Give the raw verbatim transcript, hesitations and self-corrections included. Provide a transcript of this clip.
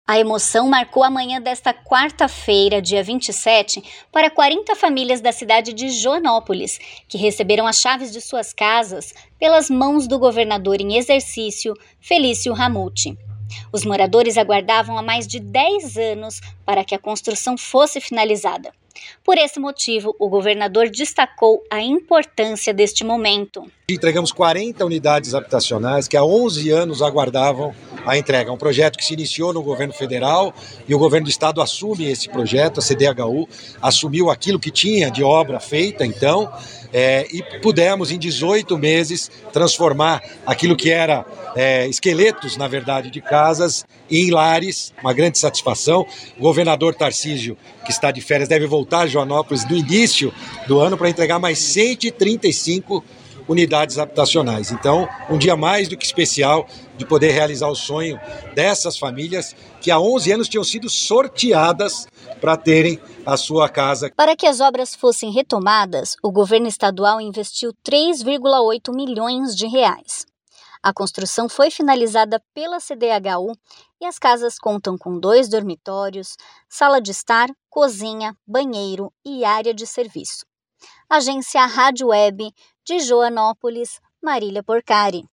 A emoção marcou a manhã desta quarta-feira, dia vinte e sete, para quarenta famílias da cidade de Joanópolis, que receberam as chaves de suas casas pelas mãos do governador em exercício, Felício Ramute. Os moradores aguardavam há mais de dez anos para que a construção fosse finalizada. Por esse motivo, o governador destacou a importância deste momento. Entregamos quarenta unidades habitacionais que há onze anos aguardavam a entrega. É um projeto que se iniciou no governo federal e o governo do estado assume esse projeto, a C D H U assumiu aquilo que tinha de obra feita, então, é, e pudemos em dezoito meses transformar aquilo que era é, esqueletos, na verdade, de casas em lares, uma grande satisfação. O governador Tarcísio, que está de férias, deve voltar a Joanópolis no início do ano para entregar mais cento e trinta e cinco unidades habitacionais. Então, um dia mais do que especial de poder realizar o sonho dessas famílias que há onze anos tinham sido sorteadas para terem a sua casa. Para que as obras fossem retomadas, o governo estadual investiu três vírgula oito milhões de reais. A construção foi finalizada pela C D H U e as casas contam com dois dormitórios, sala de estar, cozinha, banheiro e área de serviço. Agência Rádio Web de Joanópolis, Marília Porcari.